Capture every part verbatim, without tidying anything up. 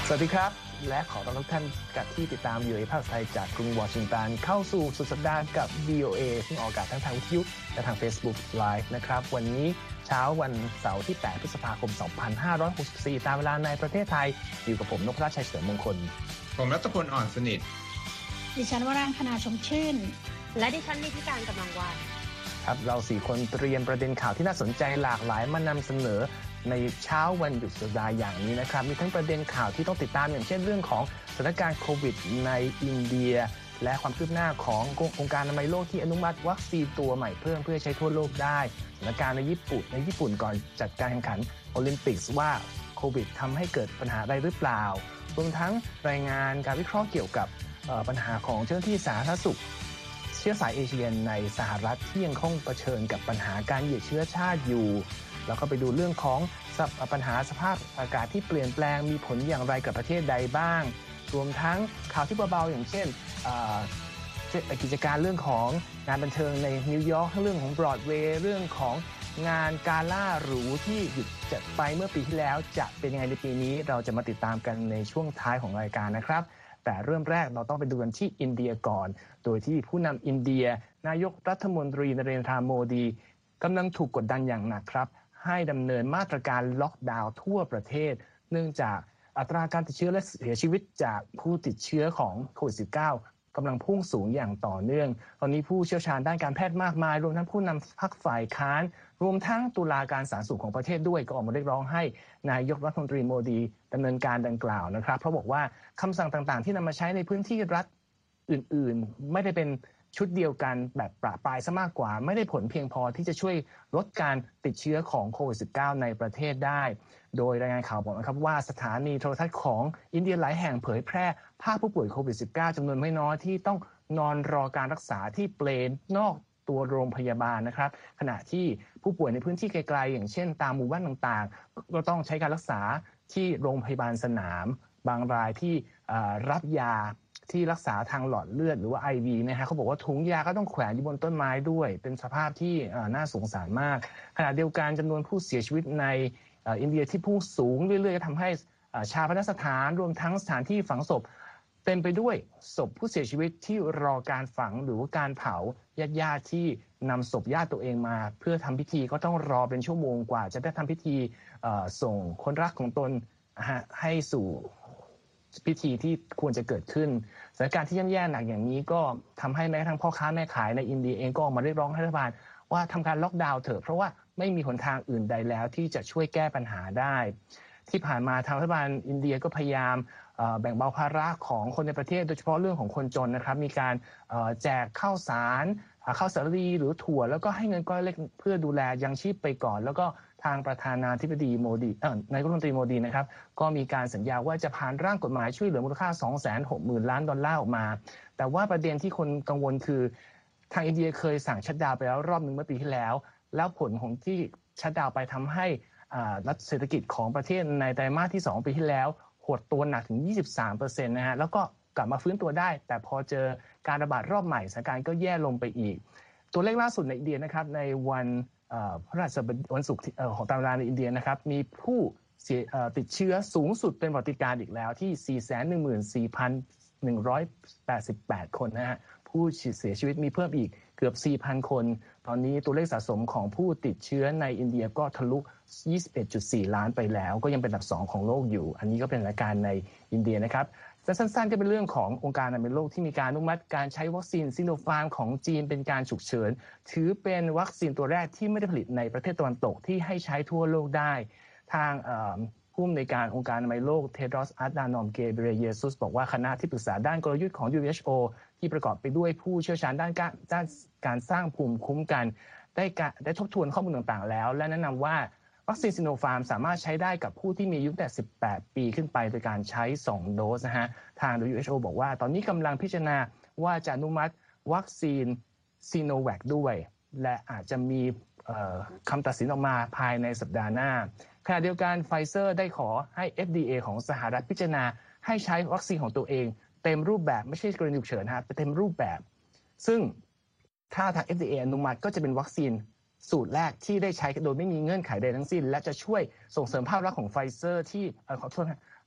สวัสดีครับและขอต้อนรับทุกท่านกับที่ติดตาม วี โอ เอ ภาคไทยจากกรุงวอชิงตันเข้าสู่สุดสัปดาห์กับ วี โอ เอ ซึ่งออกอากาศทั้งทางวิทยุและทาง Facebook Live นะครับวันนี้เช้าวันเสาร์ที่แปดพฤษภาคมสองพันห้าร้อยหกสิบสี่ตามเวลาในประเทศไทยอยู่กับผมนพรัชชัยเฉลิมมงคลผมรัตพลอ่อนสนิทดิฉันวรางคณาชมชื่นและดิฉันนิติการกำลังวันครับเราสี่คนเตรียมประเด็นข่าวที่น่าสนใจหลากหลายมานำเสนอในเช้าวันหยุดสัปดาห์อย่างนี้นะครับมีทั้งประเด็นข่าวที่ต้องติดตามอย่างเช่นเรื่องของสถานการณ์โควิดในอินเดียและความคืบหน้าขององค์การอนามัยโลกที่อนุมัติวัคซีนตัวใหม่เพิ่มเพื่อใช้ทั่วโลกได้สถานการณ์ในญี่ปุ่นในญี่ปุ่นก่อนจัดการแข่งขันโอลิมปิกว่าโควิดทำให้เกิดปัญหาอะไรหรือเปล่ารวมทั้งรายงานการวิเคราะห์เกี่ยวกับปัญหาของเจ้าหน้าที่สาธารณสุขเชื้อสายเอเชียในสหรัฐที่ยังคงเผชิญกับปัญหาการเหยียดเชื้อชาติอยู่แล้วก็ไปดูเรื่องของปัญหาสภาพอากาศที่เปลี่ยนแปลงมีผลอย่างไรกับประเทศใดบ้างรวมทั้งข่าวที่เบาๆอย่างเช่นกิจการเรื่องของงานบันเทิงในนิวยอร์กเรื่องของบรอดเวย์เรื่องของงานกาล่าหรูที่หยุดจัดไปเมื่อปีที่แล้วจะเป็นยังไงในปีนี้เราจะมาติดตามกันในช่วงท้ายของรายการนะครับแต่เริ่มแรกเราต้องไปดูกันที่อินเดียก่อนโดยที่ผู้นำอินเดียนายกรัฐมนตรีนเรนทราโมดีกำลังถูกกดดันอย่างหนักครับให้ดำเนินมาตรการล็อกดาวน์ทั่วประเทศเนื่องจากอัตราการติดเชื้อและเสียชีวิตจากผู้ติดเชื้อของโควิด สิบเก้า กำลังพุ่งสูงอย่างต่อเนื่องตอนนี้ผู้เชี่ยวชาญด้านการแพทย์มากมายรวมทั้งผู้นำพรรคฝ่ายค้านรวมทั้งตุลาการศาลสูงของประเทศด้วยก็ออกมาเรียกร้องให้นายกรัฐมนตรีโมดีดำเนินการดังกล่าวนะครับเพราะบอกว่าคำสั่งต่างๆที่นำมาใช้ในพื้นที่รัฐอื่นๆไม่ได้เป็นชุดเดียวกันแบบประปรายซะมากกว่าไม่ได้ผลเพียงพอที่จะช่วยลดการติดเชื้อของโควิด สิบเก้า ในประเทศได้โดยรายงานข่าวบอกนะครับว่าสถานีโทรทัศน์ของอินเดียหลายแห่งเผยแพร่ภาพผู้ป่วยโควิด สิบเก้า จำนวนไม่น้อยที่ต้องนอนรอการรักษาที่เปลนอกตัวโรงพยาบาลนะครับขณะที่ผู้ป่วยในพื้นที่ไกลๆอย่างเช่นตามหมู่บ้านต่างๆก็ต้องใช้การรักษาที่โรงพยาบาลสนามบางรายที่รับยาที่รักษาทางหลอดเลือดหรือว่า ไอ วี นะฮะเขาบอกว่าถุงยาก็ต้องแขวนอยู่บนต้นไม้ด้วยเป็นสภาพที่น่าสงสารมากขณะเดียวกันจำนวนผู้เสียชีวิตในอินเดียที่พุ่งสูงเรื่อยๆก็ทำให้ชาปนสถานรวมทั้งสถานที่ฝังศพเต็มไปด้วยศพผู้เสียชีวิตที่รอการฝังหรือว่าการเผาญาติๆที่นำศพญาติตัวเองมาเพื่อทำพิธีก็ต้องรอเป็นชั่วโมงกว่าจะได้ทำพิธีส่งคนรักของตนให้สู่พิธีที่ควรจะเกิดขึ้นสถานการณ์ที่ย่ำแย่หนักอย่างนี้ก็ทำให้แม้กระทั่งพ่อค้าแม่ขายในอินเดียเองก็ออกมาเรียกร้องให้รัฐบาลว่าทำการล็อกดาวน์เถอะเพราะว่าไม่มีหนทางอื่นใดแล้วที่จะช่วยแก้ปัญหาได้ที่ผ่านมาทางรัฐบาลอินเดียก็พยายามแบ่งเบาภาระของคนในประเทศโดยเฉพาะเรื่องของคนจนนะครับมีการแจกข้าวสารข้าวสาลีหรือถั่วแล้วก็ให้เงินก้อนเล็กเพื่อดูแลยังชีพไปก่อนแล้วก็ทางประธานาธิบดีโมดีเอ่อนายกรัฐมนตรีโมดีนะครับก็มีการสัญญาว่าจะผ่านร่างกฎหมายช่วยเหลือมูลค่า สองแสนหกหมื่น ล้านดอลลาร์ออกมาแต่ว่าประเด็นที่คนกังวลคือทางอินเดียเคยสั่งชัตดาวน์ไปแล้วรอบนึงเมื่อปีที่แล้วแล้วผลของที่ชัตดาวน์ไปทำให้รัฐเศรษฐกิจของประเทศในไตรมาสที่สองปีที่แล้วหดตัวหนักถึง ยี่สิบสามเปอร์เซ็นต์ นะฮะแล้วก็กลับมาฟื้นตัวได้แต่พอเจอการระบาดรอบใหม่สถานการณ์ก็แย่ลงไปอีกตัวเลขล่าสุดในอินเดียนะครับในวันพฤหัสบดีวันศุกร์ของตามเวลาในอินเดียนะครับมีผู้ติดเชื้อสูงสุดเป็นประวัติการณ์อีกแล้วที่ สี่แสนหนึ่งหมื่นสี่พันหนึ่งร้อยแปดสิบแปด คนนะฮะผู้เสียชีวิตมีเพิ่มอีกเกือบ สี่พัน คนตอนนี้ตัวเลขสะสมของผู้ติดเชื้อในอินเดียก็ทะลุ ยี่สิบเอ็ดจุดสี่ ล้านไปแล้วก็ยังเป็นอันดับสองของโลกอยู่อันนี้ก็เป็นสถานการณ์ในอินเดียนะครับสั้นๆก็เป็นเรื่องขององค์การอนามัยโลกที่มีการอนุมัติการใช้วัคซีนซิโนฟาร์มของจีนเป็นการฉุกเฉินถือเป็นวัคซีนตัวแรกที่ไม่ได้ผลิตในประเทศตะวันตกที่ให้ใช้ทั่วโลกได้ทางผู้อำนวยการองค์การอนามัยโลกเทดรอส อาดานอม เกเบเรเยซุสบอกว่าคณะที่ปรึกษาด้านกลยุทธ์ของ ดับเบิลยู เอช โอ ที่ประกอบไปด้วยผู้เชี่ยวชาญด้านการด้านการสร้างภูมิคุ้มกันได้ได้ทบทวนข้อมูลต่างๆแล้วและแนะนำว่าวัคซีนซิโนฟาร์มสามารถใช้ได้กับผู้ที่มีอายุตั้งแต่สิบแปดปีขึ้นไปโดยการใช้สองโดสนะฮะทาง ดับเบิลยู เอช โอ บอกว่าตอนนี้กำลังพิจารณาว่าจะอนุมัติวัคซีนซีโนแวคด้วยและอาจจะมีคำตัดสินออกมาภายในสัปดาห์หน้าขณะเดียวกันไฟเซอร์ได้ขอให้ เอฟ ดี เอ ของสหรัฐพิจารณาให้ใช้วัคซีนของตัวเองเต็มรูปแบบไม่ใช่กรณีฉุกเฉินฮะเป็นเต็มรูปแบบซึ่งถ้าทาง เอฟ ดี เอ อนุมัติก็จะเป็นวัคซีนสูตรแรกที่ได้ใช้โดยไม่มีเงื่อนไขใดทั้งสิ้นและจะช่วยส่งเสริมภาพลักษณ์ของไฟเซอร์ที่ขอโทษ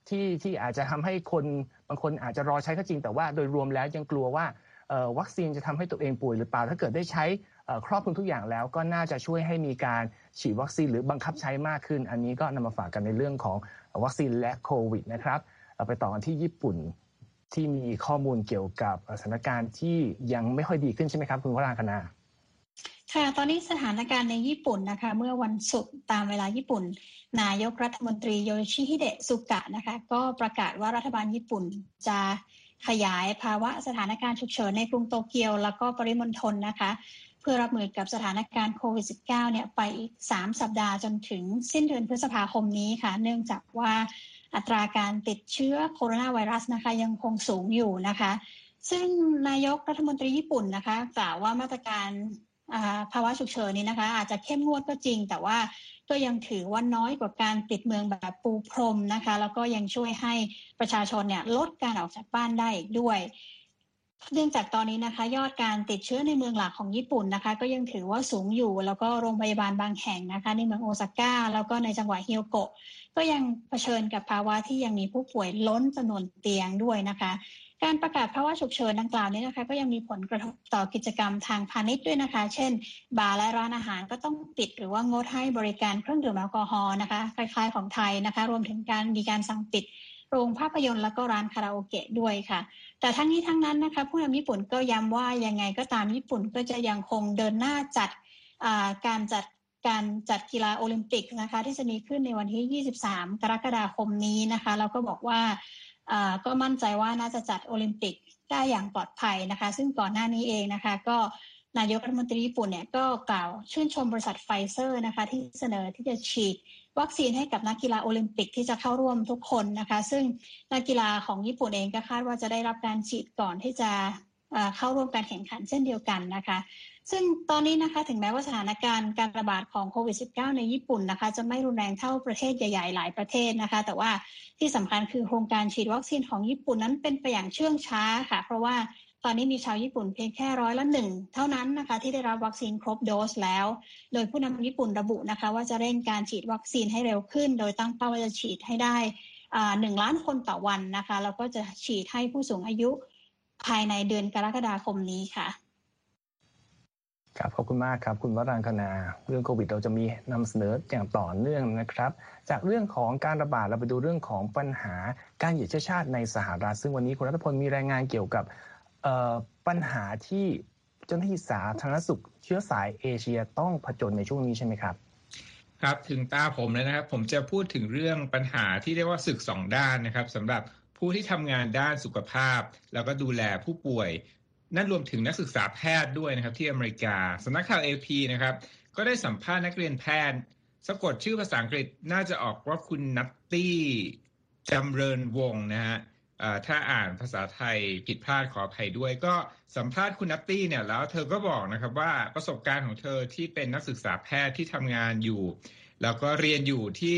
ที่ที่อาจจะทำให้คนบางคนอาจจะรอใช้ก็จริงแต่ว่าโดยรวมแล้วยังกลัวว่าวัคซีนจะทำให้ตัวเองป่วยหรือเปล่าถ้าเกิดได้ใช้ครอบคลุมทุกอย่างแล้วก็น่าจะช่วยให้มีการฉีดวัคซีนหรือบังคับใช้มากขึ้นอันนี้ก็นำมาฝากกันในเรื่องของวัคซีนและโควิดนะครับไปต่อกันที่ญี่ปุ่นที่มีข้อมูลเกี่ยวกับสถานการณ์ที่ยังไม่ค่อยดีขึ้นใช่ไหมครับคุณวราคณาค่ะตอนนี้สถานการณ์ในญี่ปุ่นนะคะเมื่อวันศุกร์ตามเวลาญี่ปุ่นนายกรัฐมนตรีโยชิฮิเดะสุกะนะคะก็ประกาศว่ารัฐบาลญี่ปุ่นจะขยายภาวะสถานการณ์ฉุกเฉินในกรุงโตเกียวแล้วก็ปริมณฑลนะคะเพื่อรับมือกับสถานการณ์โควิด สิบเก้า เนี่ยไปอีกสามสัปดาห์จนถึงสิ้นเดือนพฤษภาคมนี้ค่ะเนื่องจากว่าอัตราการติดเชื้อโคโรนาไวรัสนะคะยังคงสูงอยู่นะคะซึ่งนายกรัฐมนตรีญี่ปุ่นนะคะกล่าวว่ามาตรการภาวะฉุกเฉินนี้นะคะอาจจะเข้มงวดก็จริงแต่ว่าก็ยังถือว่าน้อยกว่าการปิดเมืองแบบปูพรมนะคะแล้วก็ยังช่วยให้ประชาชนเนี่ยลดการออกจากบ้านได้อีกด้วยเนื่องจากตอนนี้นะคะยอดการติดเชื้อในเมืองหลักของญี่ปุ่นนะคะก็ยังถือว่าสูงอยู่แล้วก็โรงพยาบาลบางแห่งนะคะในเมืองโอซาก้าแล้วก็ในจังหวัดฮิโอโกะก็ยังเผชิญกับภาวะที่ยังมีผู้ป่วยล้นจำนวนเตียงด้วยนะคะการประกาศภาวะฉุกเฉินดังกล่าวนี้นะคะก็ยังมีผลกระทบต่อกิจกรรมทางพาณิชย์ด้วยนะคะเช่นบาร์และร้านอาหารก็ต้องปิดหรือว่างดให้บริการเครื่องดื่มแอลกอฮอล์นะคะคล้ายๆของไทยนะคะรวมถึงการมีการสั่งปิดโรงภาพยนตร์แล้วก็ร้านคาราโอเกะด้วยค่ะแต่ทั้งนี้ทั้งนั้นนะคะผู้นำญี่ปุ่นก็ย้ำว่ายังไงก็ตามญี่ปุ่นก็จะยังคงเดินหน้าจัดการจัดการจัดกีฬาโอลิมปิกนะคะที่จะมีขึ้นในวันที่ยี่สิบสามกรกฎาคมนี้นะคะแล้วก็บอกว่าก็มั่นใจว่าน่าจะจัดโอลิมปิกได้อย่างปลอดภัยนะคะซึ่งก่อนหน้านี้เองนะคะก็นายกรัฐมนตรีญี่ปุ่นเนี่ยก็กล่าวชื่นชมบริษัทไฟเซอร์นะคะที่เสนอที่จะฉีดวัคซีนให้กับนักกีฬาโอลิมปิกที่จะเข้าร่วมทุกคนนะคะซึ่งนักกีฬาของญี่ปุ่นเองก็คาดว่าจะได้รับการฉีดก่อนที่จะเข้าร่วมการแข่งขันเช่นเดียวกันนะคะซึ่งตอนนี้นะคะถึงแม้ว่าสถานการณ์การระบาดของโควิด สิบเก้า ในญี่ปุ่นนะคะจะไม่รุนแรงเท่าประเทศใหญ่ๆหลายประเทศนะคะแต่ว่าที่สำคัญคือโครงการฉีดวัคซีนของญี่ปุ่นนั้นเป็นไปอย่างเชื่องช้าค่ะเพราะว่าตอนนี้มีชาวญี่ปุ่นเพียงแค่ร้อยละหนึ่งเท่านั้นนะคะที่ได้รับวัคซีนครบโดสแล้วโดยผู้นำญี่ปุ่นระบุนะคะว่าจะเร่งการฉีดวัคซีนให้เร็วขึ้นโดยตั้งเป้าว่าจะฉีดให้ได้หนึ่งล้านคนต่อวันนะคะแล้วก็จะฉีดให้ผู้สูงอายุภายในเดือนกรกฎาคมนี้ค่ะครับขอบคุณมากครับคุณวรังคณาเรื่องโควิดเราจะมีนำเสนออย่างต่อเนื่องนะครับจากเรื่องของการระบาดเราไปดูเรื่องของปัญหาการเหยียดเชื้อชาติในสหรัฐซึ่งวันนี้คุณรัฐพลมีรายงานเกี่ยวกับปัญหาที่เจ้าหน้าที่สาธารณสุขเชื้อสายเอเชียต้องผจญในช่วงนี้ใช่ไหมครับครับถึงตาผมแล้วนะครับผมจะพูดถึงเรื่องปัญหาที่เรียกว่าศึกสองด้านนะครับสำหรับผู้ที่ทำงานด้านสุขภาพแล้วก็ดูแลผู้ป่วยนั่นรวมถึงนักศึกษาแพทย์ด้วยนะครับที่อเมริกาสำนักข่าว เอ พี นะครับก็ได้สัมภาษณ์นักเรียนแพทย์สะกดชื่อภาษาอังกฤษน่าจะออกว่าคุณนัตตี้จำเริญวงศ์นะฮะถ้าอ่านภาษาไทยผิดพลาดขออภัยด้วยก็สัมภาษณ์คุณนัตตี้เนี่ยแล้วเธอก็บอกนะครับว่าประสบการณ์ของเธอที่เป็นนักศึกษาแพทย์ที่ทำงานอยู่แล้วก็เรียนอยู่ที่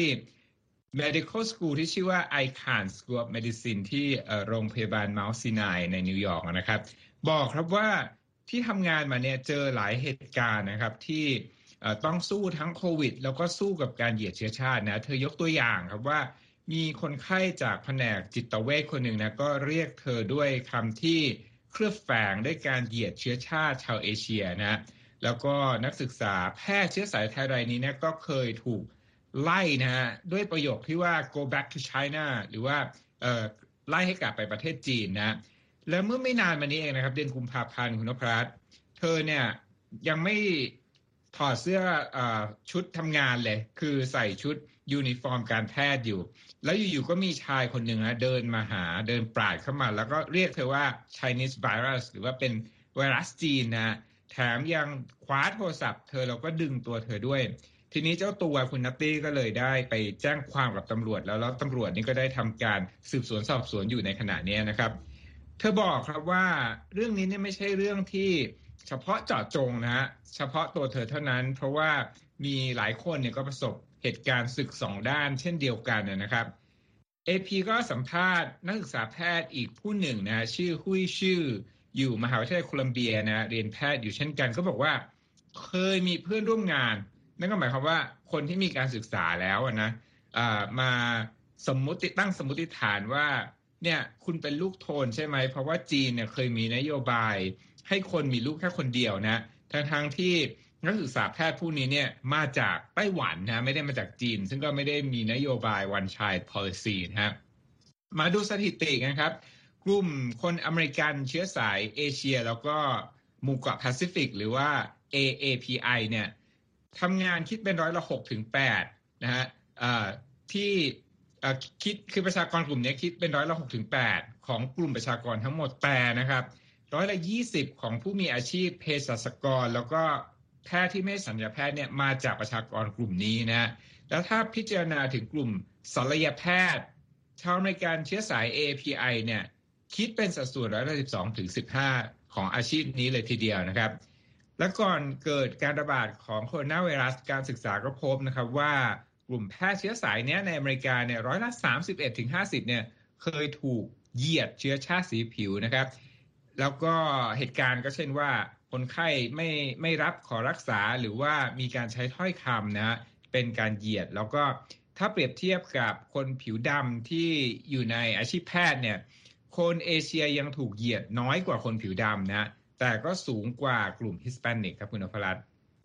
medical school ที่ชื่อว่า ไอ ซี เอ เอ็น School of Medicine ที่โรงพยาบาล Mount Sinai ในนิวยอร์กนะครับบอกครับว่าที่ทำงานมาเนี่ยเจอหลายเหตุการณ์นะครับที่ต้องสู้ทั้งโควิดแล้วก็สู้กับการเหยียดเชื้อชาตินะเธอยกตัวอย่างครับว่ามีคนไข้จากแผนกจิตเวชคนหนึ่งนะก็เรียกเธอด้วยคำที่เคลือบแฝงด้วยการเหยียดเชื้อชาติชาวเอเชียนะแล้วก็นักศึกษาแพทย์เชื้อสายไทยรายนี้เนี่ยก็เคยถูกไล่นะฮะด้วยประโยคที่ว่า go back to China หรือว่าเอ่อไล่ให้กลับไปประเทศจีนนะแล้วเมื่อไม่นานมานี้เองนะครับเดือนกุมภาพันธ์คุณนพรัตน์เธอเนี่ยยังไม่ถอดเสื้อเอ่อชุดทำงานเลยคือใส่ชุดยูนิฟอร์มการแพทย์อยู่แล้วอยู่ๆก็มีชายคนหนึ่งนะเดินมาหาเดินปราดเข้ามาแล้วก็เรียกเธอว่า Chinese virus หรือว่าเป็นไวรัสจีนนะแถมยังคว้าโทรศัพท์เธอแล้วก็ดึงตัวเธอด้วยทีนี้เจ้าตัวคุณนัตตี้ก็เลยได้ไปแจ้งความกับตำรวจแล้วแล้วตำรวจนี่ก็ได้ทำการสืบสวนสอบสวนอยู่ในขณะนี้นะครับเธอบอกครับว่าเรื่องนี้เนี่ยไม่ใช่เรื่องที่เฉพาะเจาะจงนะฮะเฉพาะตัวเธอเท่านั้นเพราะว่ามีหลายคนเนี่ยก็ประสบเหตุการณ์ศึกสองด้านเช่นเดียวกันนะครับ เอ พี ก็สัมภาษณ์นักศึกษาแพทย์อีกผู้หนึ่งนะชื่อฮุยชื่ออยู่มหาวิทยาลัยโคลัมเบียนะเรียนแพทย์อยู่เช่นกันก็บอกว่าเคยมีเพื่อนร่วมงานนั่นก็หมายความว่าคนที่มีการศึกษาแล้วนะมาสมมุติตั้งสมมุติฐานว่าเนี่ยคุณเป็นลูกโทนใช่ไหมเพราะว่าจีนเนี่ยเคยมีนโยบายให้คนมีลูกแค่คนเดียวนะทั้งทั้งที่นักศึกษาแพทย์ผู้นี้เนี่ยมาจากไต้หวันนะไม่ได้มาจากจีนซึ่งก็ไม่ได้มีนโยบาย one child policy นะฮะมาดูสถิติกันครับกลุ่มคนอเมริกันเชื้อสายเอเชียแล้วก็หมู่เกาะแปซิฟิกหรือว่า เอ เอ พี ไอ เนี่ยทำงานคิดเป็นร้อยละหกถึงแปดนะฮะที่คิดคือประชากรกลุ่มนี้คิดเป็นร้อยละหกถึงแปดของกลุ่มประชากรทั้งหมดแต่นะครับร้อยละยี่สิบของผู้มีอาชีพเภสัชกรแล้วก็แพทย์ที่ไม่สัญญาแพทย์เนี่ยมาจากประชากรกลุ่มนี้นะแล้วถ้าพิจารณาถึงกลุ่มศัลยแพทย์ชาวอเมริกันเชื้อสาย เอ พี ไอ เนี่ยคิดเป็นสัดส่วนร้อยละสิบสองถึงสิบห้าของอาชีพนี้เลยทีเดียวนะครับและก่อนเกิดการระบาดของโคโรนาไวรัสการศึกษาก็พบนะครับว่ากลุ่มแพทย์เชื้อสายนี้ในอเมริกาเนี่ยร้อยละ สามสิบเอ็ดถึงห้าสิบ เนี่ยเคยถูกเหยียดเชื้อชาติสีผิวนะครับแล้วก็เหตุการณ์ก็เช่นว่าคนไข้ไม่ไม่รับขอรักษาหรือว่ามีการใช้ถ้อยคำนะเป็นการเหยียดแล้วก็ถ้าเปรียบเทียบกับคนผิวดำที่อยู่ในอาชีพแพทย์เนี่ยคนเอเชียยังถูกเหยียดน้อยกว่าคนผิวดำนะแต่ก็สูงกว่ากลุ่มฮิสแปนิกครับคุณนพรัตน์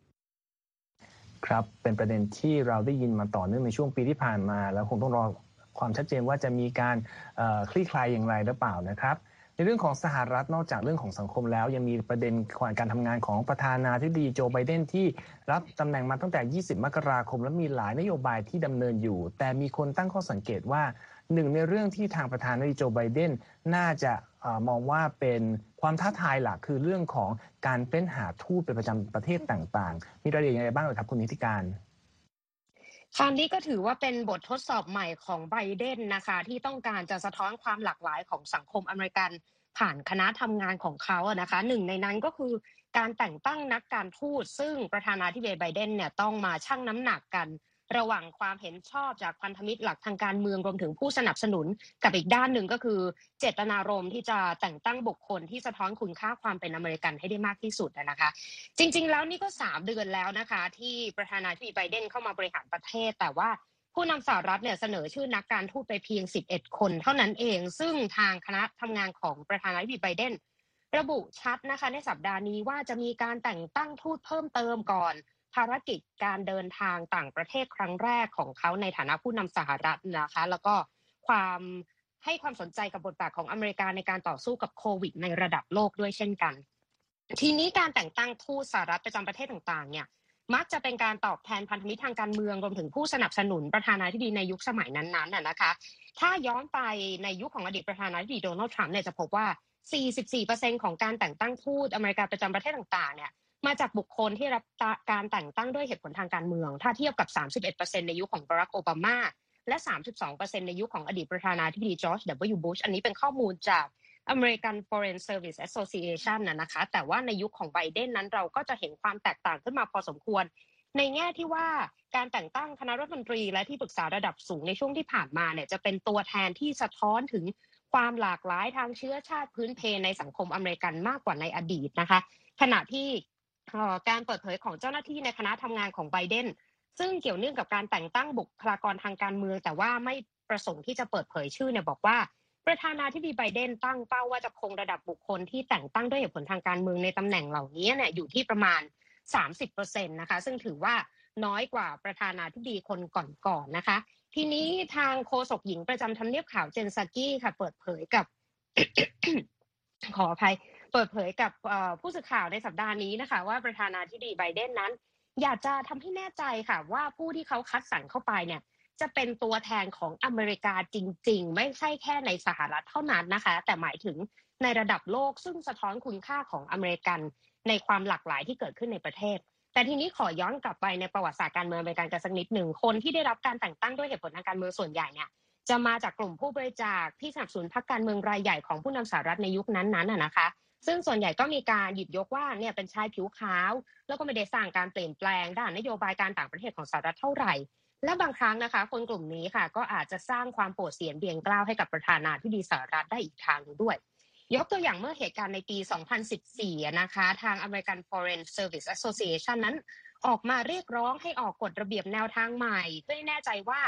ครับเป็นประเด็นที่เราได้ยินมาต่อเนื่องในช่วงปีที่ผ่านมาแล้วคงต้องรอความชัดเจนว่าจะมีการคลี่คลายอย่างไรหรือเปล่านะครับในเรื่องของสหรัฐนอกจากเรื่องของสังคมแล้วยังมีประเด็นการทำงานของประธานาธิบดีโจไบเดนที่รับตำแหน่งมาตั้งแต่ยี่สิบมกราคมและมีหลายนโยบายที่ดำเนินอยู่แต่มีคนตั้งข้อสังเกตว่าหนึ่งในเรื่องที่ทางประธานาธิบดีโจไบเดนน่าจะมองว่าเป็นความท้าทายหลักคือเรื่องของการเฟ้นหาทูตเป็นประจำประเทศต่างๆมีรายละเอียดยังไงบ้างครับคุณนิติการคราวนี้ก็ถือว่าเป็นบททดสอบใหม่ของไบเดนนะคะที่ต้องการจะสะท้อนความหลากหลายของสังคมอเมริกันผ่านคณะทำงานของเขาอะนะคะหนึ่งในนั้นก็คือการแต่งตั้งนักการทูตซึ่งประธานาธิบดีไบเดนเนี่ยต้องมาชั่งน้ำหนักกันระหว่างความเห็นชอบจากพันธมิตรหลักทางการเมืองรวมถึงผู้สนับสนุนกับอีกด้านหนึ่งก็คือเจตนารมณ์ที่จะแต่งตั้งบุคคลที่สะท้อนคุณค่าความเป็นอเมริกันให้ได้มากที่สุดนะคะจริงๆแล้วนี่ก็สามเดือนแล้วนะคะที่ประธานาธิบดีไบเดนเข้ามาบริหารประเทศแต่ว่าผู้นำสหรัฐเนี่ยเสนอชื่อนักการทูตไปเพียงสิบเอ็ดคนเท่านั้นเองซึ่งทางคณะทำงานของประธานาธิบดีไบเดนระบุชัดนะคะในสัปดาห์นี้ว่าจะมีการแต่งตั้งทูตเพิ่มเติมก่อนภารกิจการเดินทางต่างประเทศครั้งแรกของเขาในฐานะผู้นำสหรัฐนะคะแล้วก็ความให้ความสนใจกับบทบาทของอเมริกาในการต่อสู้กับโควิดในระดับโลกด้วยเช่นกันทีนี้การแต่งตั้งทูตสหรัฐประจำประเทศต่างๆเนี่ยมักจะเป็นการตอบแทนพันธมิตรทางการเมืองรวมถึงผู้สนับสนุนประธานาธิบดีในยุคสมัยนั้นๆน่ะนะคะถ้าย้อนไปในยุคของอดีตประธานาธิบดีโดนัลด์ทรัมป์เนี่ยจะพบว่า สี่สิบสี่เปอร์เซ็นต์ ของการแต่งตั้งทูตอเมริกาประจำประเทศต่างๆเนี่ยมาจากบุคคลที่รับการแต่งตั้งด้วยเหตุผลทางการเมืองถ้าเทียบกับ สามสิบเอ็ดเปอร์เซ็นต์ ในยุคของบารักโอบามาและ สามสิบสองเปอร์เซ็นต์ ในยุคของอดีตประธานาธิบดีจอร์จ ดับเบิลยู บุชอันนี้เป็นข้อมูลจาก American Foreign Service Association น่ะนะคะแต่ว่าในยุคของไบเดนนั้นเราก็จะเห็นความแตกต่างขึ้นมาพอสมควรในแง่ที่ว่าการแต่งตั้งคณะรัฐมนตรีและที่ปรึกษาระดับสูงในช่วงที่ผ่านมาเนี่ยจะเป็นตัวแทนที่สะท้อนถึงความหลากหลายทางเชื้อชาติพื้นเพในสังคมอเมริกันมากกว่าในอดีตนะคะขณะที่การเปิดเผยของเจ้าหน้าที่ในคณะทำงานของไบเดนซึ่งเกี่ยวเนื่องกับการแต่งตั้งบุคลากรทางการเมืองแต่ว่าไม่ประสงค์ที่จะเปิดเผยชื่อเนี่ยบอกว่าประธานาธิบดีไบเดนตั้งเป้าว่าจะคงระดับบุคคลที่แต่งตั้งด้วยเหตุผลทางการเมืองในตำแหน่งเหล่านี้เนี่ยอยู่ที่ประมาณ สามสิบเปอร์เซ็นต์ นะคะซึ่งถือว่าน้อยกว่าประธานาธิบดีคนก่อนๆนะคะทีนี้ทางโฆษกหญิงประจำทำเนียบขาวเจนซากี้ค่ะเปิดเผยกับ ขออภัยเปิดเผยกับผู้สื่อข่าวในสัปดาห์นี้นะคะว่าประธานาธิบดีไบเดนนั้นอยากจะทำให้แน่ใจค่ะว่าผู้ที่เขาคัดสรรเข้าไปเนี่ยจะเป็นตัวแทนของอเมริกาจริงๆไม่ใช่แค่ในสหรัฐเท่านั้นนะคะแต่หมายถึงในระดับโลกซึ่งสะท้อนคุณค่าของอเมริกันในความหลากหลายที่เกิดขึ้นในประเทศแต่ทีนี้ขอย้อนกลับไปในประวัติศาสตร์การเมืองอเมริกันกันสักนิดหนึ่งคนที่ได้รับการแต่งตั้งด้วยเหตุผลทางการเมืองส่วนใหญ่เนี่ยจะมาจากกลุ่มผู้บริจาคที่สนับสนุนพรรคการเมืองรายใหญ่ของผู้นำสหรัฐในยุคนั้นๆน่ะนะคะซึ่งส่วนใหญ่ก็มีการหยิบยกว่าเนี่ยเป็นชายผิวขาวแล้วก็ไม่ได้สร้างการเปลี่ยนแปลงด้านนโยบายการต่างประเทศของสหรัฐเท่าไหร่และบางครั้งนะคะคนกลุ่มนี้ค่ะก็อาจจะสร้างความโปรดเสียนเบี่ยงกล้าวให้กับประธานาธิบดีสหรัฐได้อีกทางด้วยยกตัวอย่างเมื่อเหตุการณ์ในปีสองพันสิบสี่นะคะทาง American Foreign Service Association นั้นออกมาเรียกร้องให้ออกกฎระเบียบแนวทางใหม่เพื่อให้แน่ใจว่า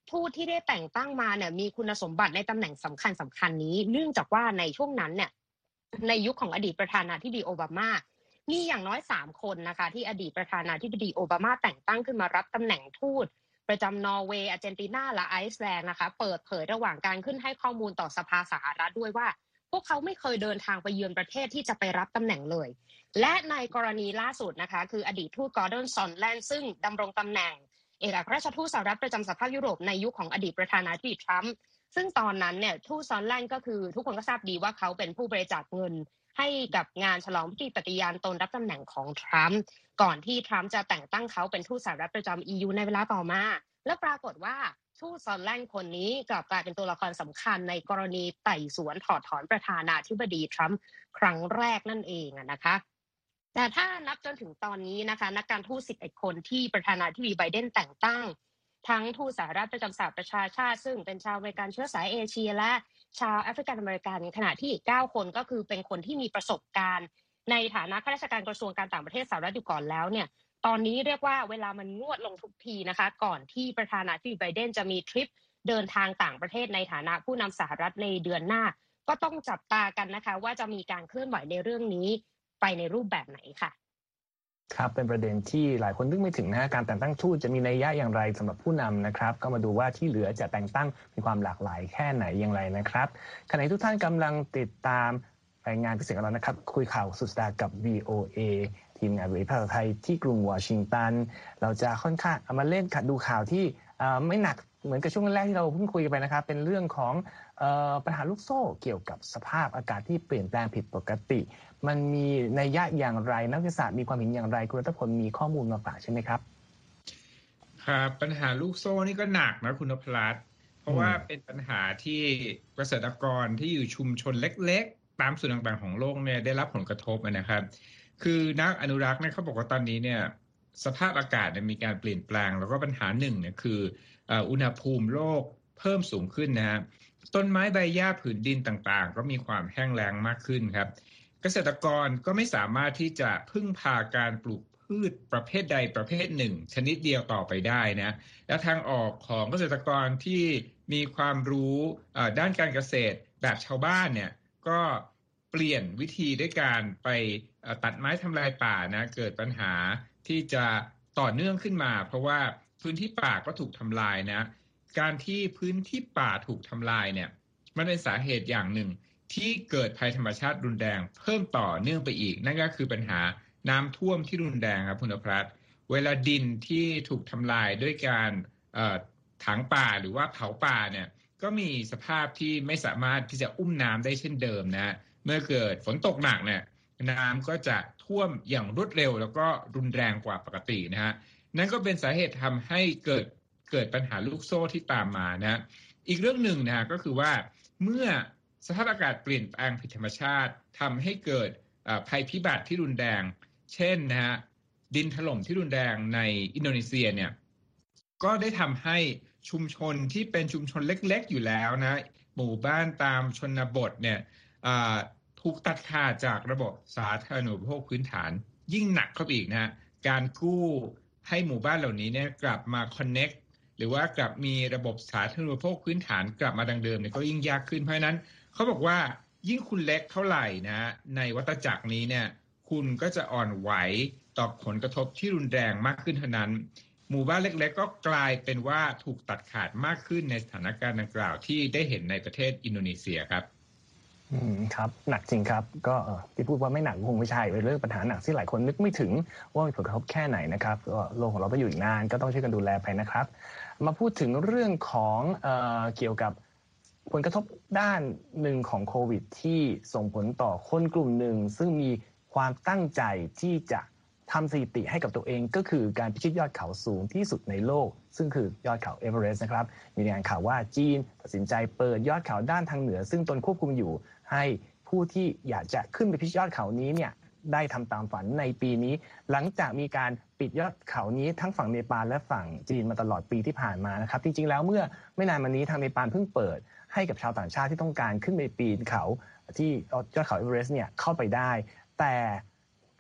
ทูตที่ได้แต่งตั้งมาเนี่ยมีคุณสมบัติในตำแหน่งสำคัญสำคัญนี้เนื่องจากว่าในช่วงนั้นเนี่ยในยุคของอดีตประธานาธิบดีโอบามามีอย่างน้อยสามคนนะคะที่อดีตประธานาธิบดีโอบามาแต่งตั้งขึ้นมารับตำแหน่งทูตประจำนอร์เวย์อาร์เจนตินาและไอซ์แลนด์นะคะเปิดเผยระหว่างการขึ้นให้ข้อมูลต่อสภาสหรัฐด้วยว่าพวกเขาไม่เคยเดินทางไปเยือนประเทศที่จะไปรับตำแหน่งเลยและในกรณีล่าสุดนะคะคืออดีตทูตกอร์ดอนซอนแลนด์ซึ่งดำรงตำแหน่งเอกอัครราชทูตสหรัฐประจำสหภาพยุโรปในยุคของอดีตประธานาธิบดีทรัมป์ซึ่งตอนนั้นเนี่ยทูตซอนแลนด์ก็คือทุกคนก็ทราบดีว่าเขาเป็นผู้บริจาคเงินให้กับงานฉลองพิธีปฏิญาณตนรับตำแหน่งของทรัมป์ก่อนที่ทรัมป์จะแต่งตั้งเขาเป็นทูตสหรัฐประจำ อี ยู ในเวลาต่อมาและปรากฏว่าทูตซอนแลนด์คนนี้กลับกลายเป็นตัวละครสำคัญในกรณีไต่สวนถอดถอนประธานาธิบดีทรัมป์ครั้งแรกนั่นเองนะคะแต่ถ้านับจนถึงตอนนี้นะคะนักการทูตสิบเอ็ดคนที่ประธานาธิบดีไบเดนแต่งตั้งทั้งทูตสหรัฐประจำสหประชาชาติซึ่งเป็นชาวอเมริกันเชื้อสายเอเชียและชาวแอฟริกันอเมริกันขณะที่อีกเก้าคนก็คือเป็นคนที่มีประสบการณ์ในฐานะข้าราชการกระทรวงการต่างประเทศสหรัฐอยู่ก่อนแล้วเนี่ยตอนนี้เรียกว่าเวลามันงวดลงทุกทีนะคะก่อนที่ประธานาธิบดีไบเดนจะมีทริปเดินทางต่างประเทศในฐานะผู้นำสหรัฐในเดือนหน้าก็ต้องจับตากันนะคะว่าจะมีการเคลื่อนไหวในเรื่องนี้ไปในรูปแบบไหนค่ะครับเป็นประเด็นที่หลายคนนึกไม่ถึงนะการแต่งตั้งทูตจะมีนัยยะอย่างไรสำหรับผู้นำนะครับก็มาดูว่าที่เหลือจะแต่งตั้งมีความหลากหลายแค่ไหนอย่างไรนะครับขณะที่ทุกท่านกำลังติดตามรายงานพิเศษของเรานะครับคุยข่าวสุดสัปดาห์กับ วี โอ เอ ทีมงานวิทยุภาษาไทยที่กรุงวอชิงตันเราจะค่อนข้างเอามาเล่นดูข่าวที่ไม่หนักเหมือนกับช่วงแรกที่เราเพิ่งคุยกันไปนะครับเป็นเรื่องของปัญหาลูกโซ่เกี่ยวกับสภาพอากาศที่เปลี่ยนแปลงผิดปกติมันมีนัยยะอย่างไรนักวิทยาศาสตร์มีความเห็นอย่างไรคุณรัตพลมีข้อมูลมาฝากใช่ไหมครับครับปัญหาลูกโซ่นี่ก็หนักนะคุณนพรัตน์เพราะว่าเป็นปัญหาที่เกษตรกรที่อยู่ชุมชนเล็กๆตามส่วนต่างๆของโลกเนี่ยได้รับผลกระทบนะครับคือนักอนุรักษ์เนี่ยเขาบอกว่าตอนนี้เนี่ยสภาพอากาศเนี่ยมีการเปลี่ยนแปลงแล้วก็ปัญหาหนึ่งเนี่ยคืออุณหภูมิโลกเพิ่มสูงขึ้นนะต้นไม้ใบหญ้าผืนดินต่างๆก็มีความแห้งแล้งมากขึ้นครับเกษตรกรก็ไม่สามารถที่จะพึ่งพาการปลูกพืชประเภทใดประเภทหนึ่งชนิดเดียวต่อไปได้นะและทางออกของเกษตรกรที่มีความรู้ด้านการเกษตรแบบชาวบ้านเนี่ยก็เปลี่ยนวิธีด้วยการไปตัดไม้ทำลายป่านะเกิดปัญหาที่จะต่อเนื่องขึ้นมาเพราะว่าพื้นที่ป่าก็ถูกทำลายนะการที่พื้นที่ป่าถูกทำลายเนี่ยมันเป็นสาเหตุอย่างหนึ่งที่เกิดภัยธรรมชาติรุนแรงเพิ่มต่อเนื่องไปอีกนั่นก็คือปัญหาน้ำท่วมที่รุนแรงครับคุณนพรัตน์เวลาดินที่ถูกทำลายด้วยการถางป่าหรือว่าเผาป่าเนี่ยก็มีสภาพที่ไม่สามารถที่จะอุ้มน้ำได้เช่นเดิมนะเมื่อเกิดฝนตกหนักเนี่ยน้ำก็จะท่วมอย่างรวดเร็วแล้วก็รุนแรงกว่าปกตินะฮะนั่นก็เป็นสาเหตุทำให้เกิดเกิดปัญหาลูกโซ่ที่ตามมานะอีกเรื่องหนึ่งนะก็คือว่าเมื่อสภาพอากาศเปลี่ยนแปลงผิดธรรมชาติทำให้เกิดภัยพิบัติที่รุนแรงเช่นนะฮะดินถล่มที่รุนแรงในอินโดนีเซียเนี่ยก็ได้ทำให้ชุมชนที่เป็นชุมชนเล็กๆอยู่แล้วนะหมู่บ้านตามชนบทเนี่ยถูกตัดขาดจากระบบสาธารณูปโภคพื้นฐานยิ่งหนักเข้าไปอีกนะการกู้ให้หมู่บ้านเหล่านี้เนี่ยกลับมาคอนเน็กหรือว่ากลับมีระบบสาธารณูปโภคพื้นฐานกลับมาดังเดิมเนี่ยก็ยิ่งยากขึ้นเพราะฉะนั้นเขาบอกว่ายิ่งคุณเล็กเท่าไหร่นะในวัฏจักรนี้เนี่ยคุณก็จะอ่อนไหวต่อผลกระทบที่รุนแรงมากขึ้นเท่านั้นหมู่บ้านเล็กๆก็กลายเป็นว่าถูกตัดขาดมากขึ้นในสถานการณ์ดังกล่าวที่ได้เห็นในประเทศอินโดนีเซียครับอืมครับหนักจริงครับก็ที่พูดว่าไม่หนักคงไม่ใช่เป็นเรื่องปัญหาหนักที่หลายคนนึกไม่ถึงว่ามีผลกระทบแค่ไหนนะครับก็โลกของเราไปอยู่อีกนานก็ต้องช่วยกันดูแลไปนะครับมาพูดถึงเรื่องของเอ่อเกี่ยวกับผลกระทบด้านหนึ่งของโควิดที่ส่งผลต่อคนกลุ่มหนึ่งซึ่งมีความตั้งใจที่จะทำสถิติให้กับตัวเองก็คือการพิชิตยอดเขาสูงที่สุดในโลกซึ่งคือยอดเขาเอเวอเรสต์นะครับมีรายงานข่าวว่าจีนตัดสินใจเปิดยอดเขาด้านทางเหนือซึ่งตนควบคุมอยู่ให้ผู้ที่อยากจะขึ้นไปพิชิตยอดเขานี้เนี่ยได้ทำตามฝันในปีนี้หลังจากมีการปิดยอดเขานี้ทั้งฝั่งเนปาลและฝั่งจีนมาตลอดปีที่ผ่านมานะครับจริงๆแล้วเมื่อไม่นานมานี้ทางเนปาลเพิ่งเปิดให้กับชาวต่างชาติที่ต้องการขึ้นไปปีนเขาที่ยอดเขาเอเวอเรสต์เนี่ยเข้าไปได้แต่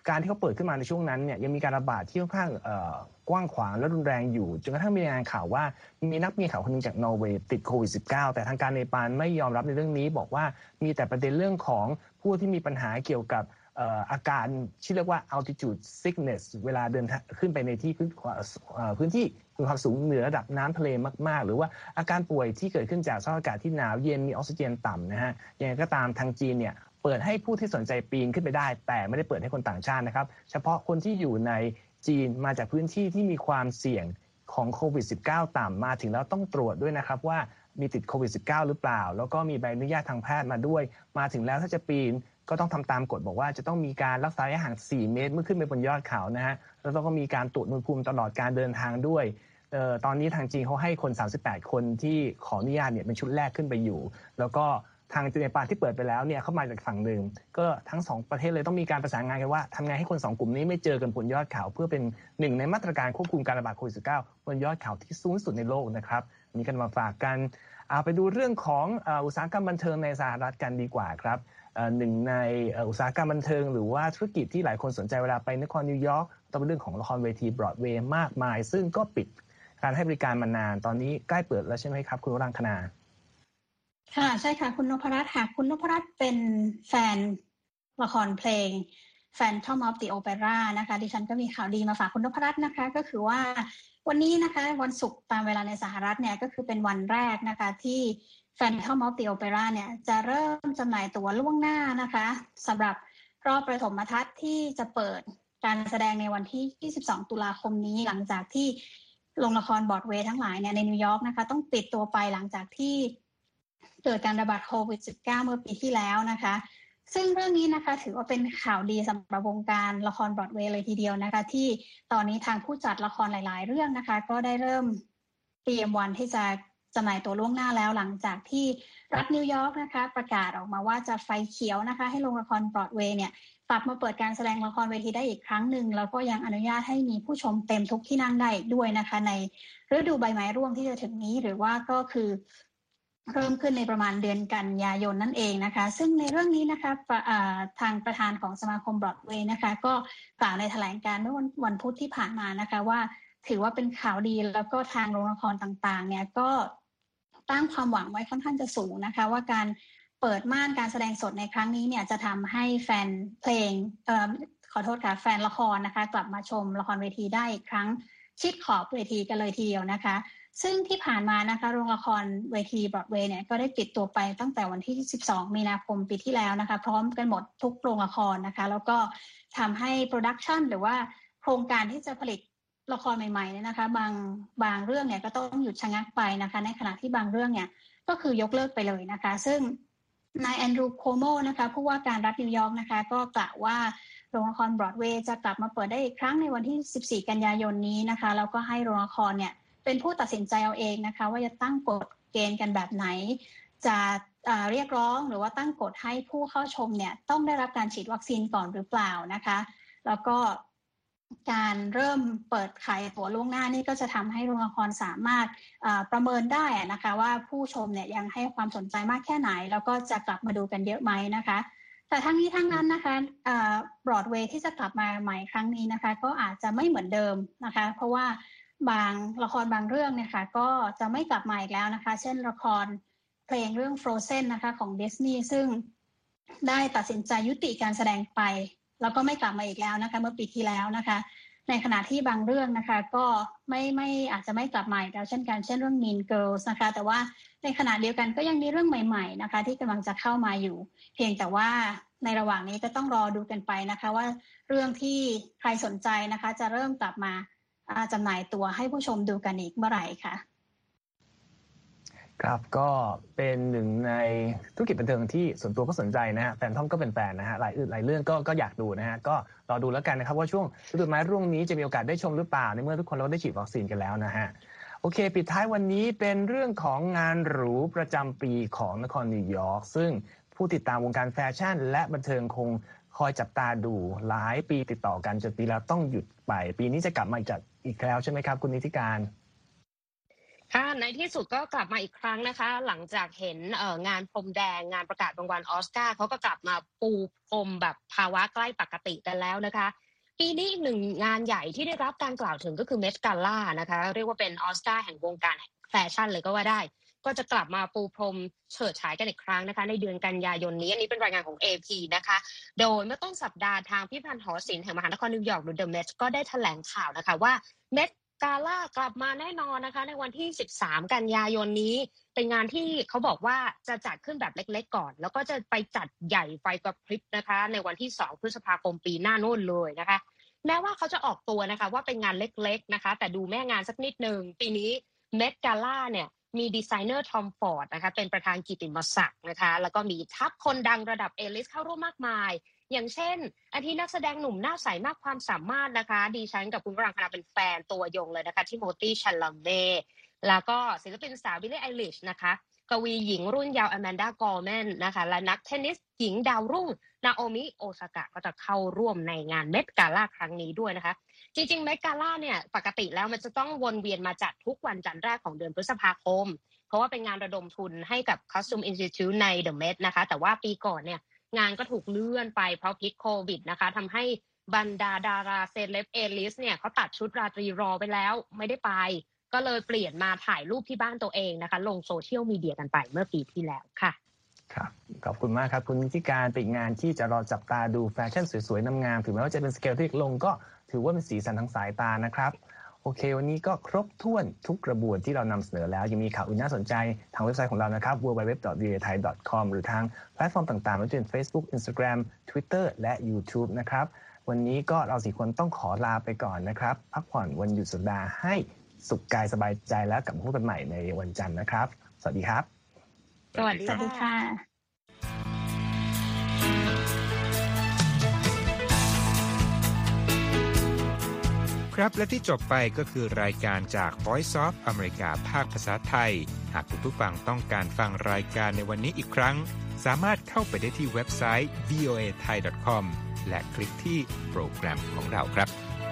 การที่เขาเปิดขึ้นมาในช่วงนั้นเนี่ยยังมีการระบาดที่ค่อนข้างกว้างขวางและรุนแรงอยู่จนกระทั่งมีรายงานข่าวว่ามีนักมีข่าวคนนึงจากนอร์เวย์ติดโควิด สิบเก้า แต่ทางการเนปาลไม่ยอมรับในเรื่องนี้บอกว่ามีแต่ประเด็นเรื่องของผู้ที่มีปัญหาเกี่ยวกับอาการที่เรียกว่า altitude sickness เวลาเดินขึ้นไปในที่พื้นที่มีความสูงเหนือระดับน้ำทะเลมากๆหรือว่าอาการป่วยที่เกิดขึ้นจากสภาพอากาศที่หนาวเย็นมีออกซิเจนต่ำนะฮะยังไงก็ตามทางจีนเนี่ยเปิดให้ผู้ที่สนใจปีนขึ้นไปได้แต่ไม่ได้เปิดให้คนต่างชาตินะครับเฉพาะคนที่อยู่ในจีนมาจากพื้นที่ที่มีความเสี่ยงของโควิด สิบเก้า ต่ำมาถึงแล้วต้องตรวจด้วยนะครับว่ามีติดโควิด สิบเก้า หรือเปล่าแล้วก็มีใบอนุญาตทางแพทย์มาด้วยมาถึงแล้วถ้าจะปีนก็ต้องทำตามกฎบอกว่าจะต้องมีการรักษาระยะห่างสี่เมตรเมื่อขึ้นไปบนยอดเขานะฮะแล้วต้องก็มีการตรวจอุณหภูมิตลอดการเดินทางด้วยเอ่อตอนนี้ทางจีนเขาให้คนสามสิบแปดคนที่ขออนุญาตเนี่ยเป็นชุดแรกขึ้นไปอยู่แล้วก็ทางเนปาลที่เปิดไปแล้วเนี่ยเข้ามาจากฝั่งหนึ่งก็ทั้งสองประเทศเลยต้องมีการประสานงานกันว่าทำไงให้คนสองกลุ่มนี้ไม่เจอกันบนยอดเขาเพื่อเป็นหนึ่งในมาตรการควบคุมการระบาดโควิด สิบเก้า บนยอดเขาที่สูงสุดในโลกนะครับมีกันมาฝากกันเอาไปดูเรื่องของอุตสาหกรรมบันเทิงในสหรัฐกันดีกว่าครับหนึ่งในอุตสาหกรรมบันเทิงหรือว่าธุรกิจที่หลายคนสนใจเวลาไปนครนิวยอร์กต้องเป็นเรื่องของละครเวทีบรอดเวย์มากมายซึ่งก็ปิดการให้บริการมานานตอนนี้ใกล้เปิดแล้วใช่ไหมครับคุณวรังคณาค่ะใช่ค่ะคุณนพรัตน์ค่ะคุณนพรัตน์เป็นแฟนละครเพลง Phantom of the Opera นะคะดิฉันก็มีข่าวดีมาฝากคุณนพรัตน์นะคะก็คือว่าวันนี้นะคะวันศุกร์ตามเวลาในสหรัฐเนี่ยก็คือเป็นวันแรกนะคะที่ Phantom of the Opera เนี่ยจะเริ่มจำหน่ายตั๋วล่วงหน้านะคะสำหรับรอบประถมทัศน์ที่จะเปิดการแสดงในวันที่ยี่สิบสองตุลาคมนี้หลังจากที่โรงละครบรอดเวย์ทั้งหลายเนี่ยในนิวยอร์กนะคะต้องปิดตัวไปหลังจากที่เกิดการระบาดโควิด สิบเก้า เมื่อปีที่แล้วนะคะซึ่งเรื่องนี้นะคะถือว่าเป็นข่าวดีสำหรับวงการละครบรอดเวย์เลยทีเดียวนะคะที่ตอนนี้ทางผู้จัดละครหลายๆเรื่องนะคะก็ได้เริ่มเตรียมวันที่จะจำหน่ายตัวล่วงหน้าแล้วหลังจากที่รัฐนิวยอร์กนะคะประกาศออกมาว่าจะไฟเขียวนะคะให้โรงละครบรอดเวย์เนี่ยกลับมาเปิดการแสดงละครเวทีได้อีกครั้งหนึ่งแล้วก็ยังอนุญาตให้มีผู้ชมเต็มทุกที่นั่งได้ด้วยนะคะในฤดูใบไม้ร่วงที่จะถึงนี้หรือว่าก็คือเริ่มขึ้นในประมาณเดือนกันยายนนั่นเองนะคะซึ่งในเรื่องนี้นะคะทางประธานของสมาคมบรอดเวย์นะคะก็กล่าวในแถลงการณ์เมื่อวันพุธที่ผ่านมานะคะว่าถือว่าเป็นข่าวดีแล้วก็ทางโรงละครต่างๆเนี่ยก็ตั้งความหวังไว้ค่อนข้างจะสูงนะคะว่าการเปิดม่านการแสดงสดในครั้งนี้เนี่ยจะทำให้แฟนเพลงเอ่อขอโทษค่ะแฟนละครนะคะกลับมาชมละครเวทีได้อีกครั้งชิดขอบเวทีกันเลยทีเดียวนะคะซึ่งที่ผ่านมานะคะโรงละครเวทีบรอดเวย์เนี่ยก็ได้ปิดตัวไปตั้งแต่วันที่สิบสองมีนาคมปีที่แล้วนะคะพร้อมกันหมดทุกโรงละครนะคะแล้วก็ทำให้โปรดักชันหรือว่าโครงการที่จะผลิตละครใหม่ๆเนี่ยนะคะบางบางเรื่องเนี่ยก็ต้องหยุดชะงักไปนะคะในขณะที่บางเรื่องเนี่ยก็คือยกเลิกไปเลยนะคะซึ่งนายแอนดรูว์โคโมนะคะผู้ว่าการรัฐนิวยอร์กนะคะก็กล่าวว่าโรงละครบรอดเวย์จะกลับมาเปิดได้อีกครั้งในวันที่สิบสี่กันยายนนี้นะคะแล้วก็ให้โรงละครเนี่ยเป็นผู้ตัดสินใจเอาเองนะคะว่าจะตั้งกฎเกณฑ์กันแบบไหนจะเรียกร้องหรือว่าตั้งกฎให้ผู้เข้าชมเนี่ยต้องได้รับการฉีดวัคซีนก่อนหรือเปล่านะคะแล้วก็การเริ่มเปิดขายตั๋วล่วงหน้านี่ก็จะทำให้โรงละครสามารถประเมินได้นะคะว่าผู้ชมเนี่ยยังให้ความสนใจมากแค่ไหนแล้วก็จะกลับมาดูกันเยอะไหมนะคะแต่ทั้งนี้ทั้งนั้นนะคะบรอดเวย์ที่จะกลับมาใหม่ครั้งนี้นะคะก็อาจจะไม่เหมือนเดิมนะคะเพราะว่าบางละครบางเรื่องเนี่ยค่ะก็จะไม่กลับมาอีกแล้วนะคะเช่นละครเพลงเรื่อง Frozen นะคะของ Disney ซึ่งได้ตัดสินใจยุติการแสดงไปแล้วก็ไม่กลับมาอีกแล้วนะคะเมื่อปีที่แล้วนะคะในขณะที่บางเรื่องนะคะก็ไม่ไม่อาจจะไม่กลับมาอีกแล้วเช่นกันเช่นเรื่อง Mean Girls นะคะแต่ว่าในขณะเดียวกันก็ยังมีเรื่องใหม่ๆนะคะที่กำลังจะเข้ามาอยู่เพียงแต่ว่าในระหว่างนี้ก็ต้องรอดูกันไปนะคะว่าเรื่องที่ใครสนใจนะคะจะเริ่มกลับมาจำหน่ายตัวให้ผู้ชมดูกันอีกเมื่อไหร่ค่ะครับก็เป็นหนึ่งในธุรกิจบันเทิงที่ส่วนตัวก็สนใจนะฮะแฟนทอมก็เป็นแฟนนะฮะหลายอื่นหลายเรื่องก็ก็อยากดูนะฮะก็รอดูแล้วกันนะครับว่าช่วงฤดูใบไม้ร่วงนี้จะมีโอกาสได้ชมหรือเปล่าในเมื่อทุกคนเราได้ฉีดวัคซีนกันแล้วนะฮะโอเคปิดท้ายวันนี้เป็นเรื่องของงานหรูประจำปีของนครนิวยอร์กซึ่งผู้ติดตามวงการแฟชั่นและบันเทิงคงคอยจับตาดูหลายปีติดต่อกันจนปีแล้วต้องหยุดไปปีนี้จะกลับมาจัดอีกแล้วใช่ไหมครับคุณนิติการค่ะในที่สุดก็กลับมาอีกครั้งนะคะหลังจากเห็นเอ่องานพรมแดงงานประกาศรางวัลออสการ์เขาก็กลับมาปูพรมแบบภาวะใกล้ปกติกันแล้วนะคะปีนี้อีกหนึ่งงานใหญ่ที่ได้รับการกล่าวถึงก็คือเมทกาล่านะคะเรียกว่าเป็นออสการ์แห่งวงการแฟชั่นเลยก็ว่าได้ก็จะกลับมาปูพรมเฉิดฉายกันอีกครั้งนะคะในเดือนกันยายนนี้อันนี้เป็นรายงานของ เอ พี นะคะโดยเมื่อต้นสัปดาห์ทางพิพิธภัณฑ์หอศิลป์แห่งมหานครนิวยอร์กหรือ The Met ก็ได้แถลงข่าวนะคะว่าเมทกาล่ากลับมาแน่นอนนะคะในวันที่สิบสามกันยายนนี้เป็นงานที่เขาบอกว่าจะจัดขึ้นแบบเล็กๆก่อนแล้วก็จะไปจัดใหญ่ไฟกระพริบนะคะในวันที่สองพฤษภาคมปีหน้าโน่นเลยนะคะแม้ว่าเขาจะออกตัวนะคะว่าเป็นงานเล็กๆนะคะแต่ดูแม่งานสักนิดนึงปีนี้เมทกาล่าเนี่ยมีดีไซเนอร์ทอมฟอร์ดนะคะเป็นประธานกิตติมศักดิ์นะคะแล้วก็มีทัพคนดังระดับเอลิสเข้าร่วมมากมายอย่างเช่นอาทินักแสดงหนุ่มหน้าใสมากความสามารถนะคะดิฉันกับคุณวรังคณาเป็นแฟนตัวยงเลยนะคะทิโมธีชัลลัมเม่แล้วก็ศิลปินสาวบิลลี่ไอลิชนะคะกวีหญิงรุ่นยาวอแมนดากอร์แมนนะคะและนักเทนนิสหญิงดาวรุ่งนาโอมิโอซากะก็จะเข้าร่วมในงานเมทกาล่าครั้งนี้ด้วยนะคะจริงๆเมทกาล่าเนี่ยปกติแล้วมันจะต้องวนเวียนมาจัดทุกวันจันทร์แรกของเดือนพฤษภาคมเพราะว่าเป็นงานระดมทุนให้กับ Costume Institute ใน The Met นะคะแต่ว่าปีก่อนเนี่ยงานก็ถูกเลื่อนไปเพราะพิษโควิดนะคะทำให้บรรดาดาราเซเลบเอลิสเนี่ยเขาตัดชุดราตรีรอไปแล้วไม่ได้ไปก็เลยเปลี่ยนมาถ่ายรูปที่บ้านตัวเองนะคะลงโซเชียลมีเดียกันไปเมื่อปีที่แล้วค่ะครับขอบคุณมากครับคุณนิติการเป็นงานที่จะรอจับตาดูแฟชั่นสวยๆงามๆถึงแม้ว่าจะเป็นสเกลที่เล็กลงก็ถือว่าเป็นสีสันทางสายตานะครับโอเควันนี้ก็ครบถ้วนทุกกระบวนที่เรานำเสนอแล้วยังมีข่าวอื่นน่าสนใจทางเว็บไซต์ของเรานะครับ ดับเบิลยู ดับเบิลยู ดับเบิลยู ดอท วี โอ เอ ไทย ดอท คอม หรือทางแพลตฟอร์มต่างๆไม่ว่าจะเป็น Facebook Instagram Twitter และ YouTube นะครับวันนี้ก็เราสี่คนต้องขอลาไปก่อนนะครับพักผ่อนวันหยุดสัปดาห์ให้สุขกายสบายใจแล้วกลับมาพบกันใหม่ในวันจันทร์นะครับสวัสดีครับสวัสดีค่ะครับและที่จบไปก็คือรายการจาก Voice of America ภาคภาษาไทยหากคุณผู้ฟังต้องการฟังรายการในวันนี้อีกครั้งสามารถเข้าไปได้ที่เว็บไซต์ วี โอ เอ ไทย ดอท คอม และคลิกที่โปรแกรมของเราครับ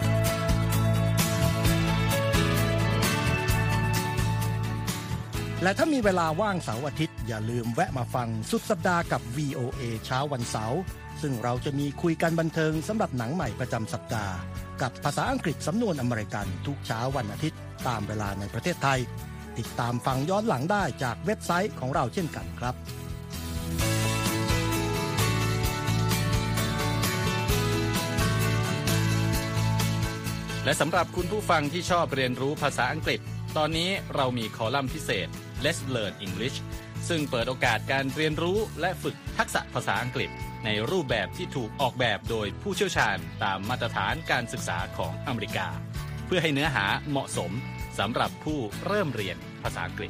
และถ้ามีเวลาว่างเสาร์อาทิตย์อย่าลืมแวะมาฟังสุดสัปดาห์กับ วี โอ เอ เช้าวันเสาร์ซึ่งเราจะมีคุยกันบันเทิงสำหรับหนังใหม่ประจำสัปดาห์กับภาษาอังกฤษสำนวนอเมริกันทุกเช้าวันอาทิตย์ตามเวลาในประเทศไทยติดตามฟังย้อนหลังได้จากเว็บไซต์ของเราเช่นกันครับและสำหรับคุณผู้ฟังที่ชอบเรียนรู้ภาษาอังกฤษตอนนี้เรามีคอลัมน์พิเศษ Let's Learn English ซึ่งเปิดโอกาสการเรียนรู้และฝึกทักษะภาษาอังกฤษในรูปแบบที่ถูกออกแบบโดยผู้เชี่ยวชาญตามมาตรฐานการศึกษาของอเมริกาเพื่อให้เนื้อหาเหมาะสมสำหรับผู้เริ่มเรียนภาษาอังกฤษ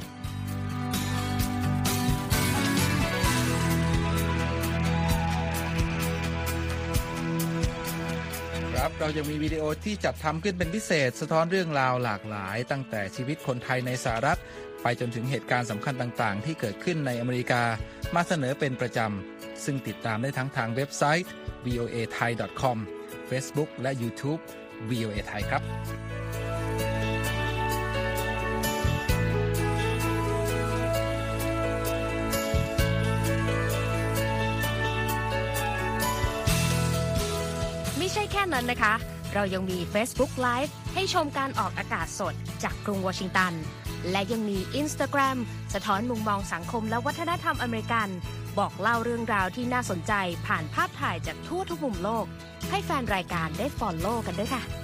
ครับเรายังมีวิดีโอที่จัดทำขึ้นเป็นพิเศษสะท้อนเรื่องราวหลากหลายตั้งแต่ชีวิตคนไทยในสหรัฐไปจนถึงเหตุการณ์สำคัญต่างๆที่เกิดขึ้นในอเมริกามาเสนอเป็นประจำซึ่งติดตามได้ทั้งทางเว็บไซต์ วี โอ เอ ไทย ดอท คอม Facebook และ YouTube วี โอ เอ ไทยครับไม่ใช่แค่นั้นนะคะเรายังมี Facebook Live ให้ชมการออกอากาศสดจากกรุงวอชิงตันและยังมี Instagram สะท้อนมุมมองสังคมและวัฒนธรรมอเมริกันบอกเล่าเรื่องราวที่น่าสนใจผ่านภาพถ่ายจากทั่วทุกมุมโลกให้แฟนรายการได้ follow กันด้วยค่ะ